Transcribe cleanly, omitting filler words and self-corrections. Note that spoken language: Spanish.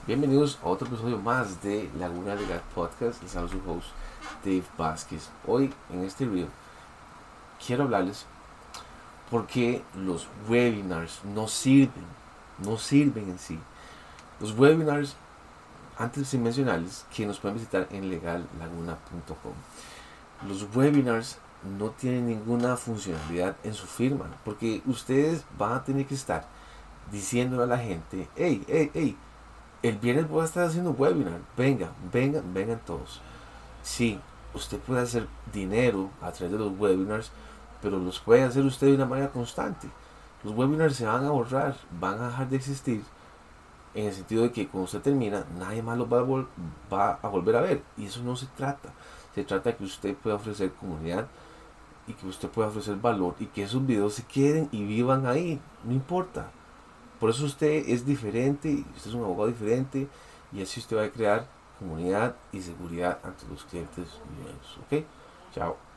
Bienvenidos a otro episodio más de Laguna Legal Podcast. Les hablo su host Dave Vázquez. Hoy en este video quiero hablarles por qué los webinars no sirven en sí. Los webinars, antes de mencionarles que nos pueden visitar en legallaguna.com. Los webinars no tienen ninguna funcionalidad en su firma, porque ustedes van a tener que estar diciéndole a la gente: hey, el viernes voy a estar haciendo un webinar, vengan todos. Sí, usted puede hacer dinero a través de los webinars, pero los puede hacer usted de una manera constante. Los webinars se van a borrar, van a dejar de existir, en el sentido de que cuando usted termina, nadie más los va a volver a ver. Y eso no se trata. Se trata de que usted pueda ofrecer comunidad y que usted pueda ofrecer valor y que esos videos se queden y vivan ahí, no importa. Por eso usted es diferente, usted es un abogado diferente, y así usted va a crear comunidad y seguridad ante los clientes nuevos. ¿Ok? Chao.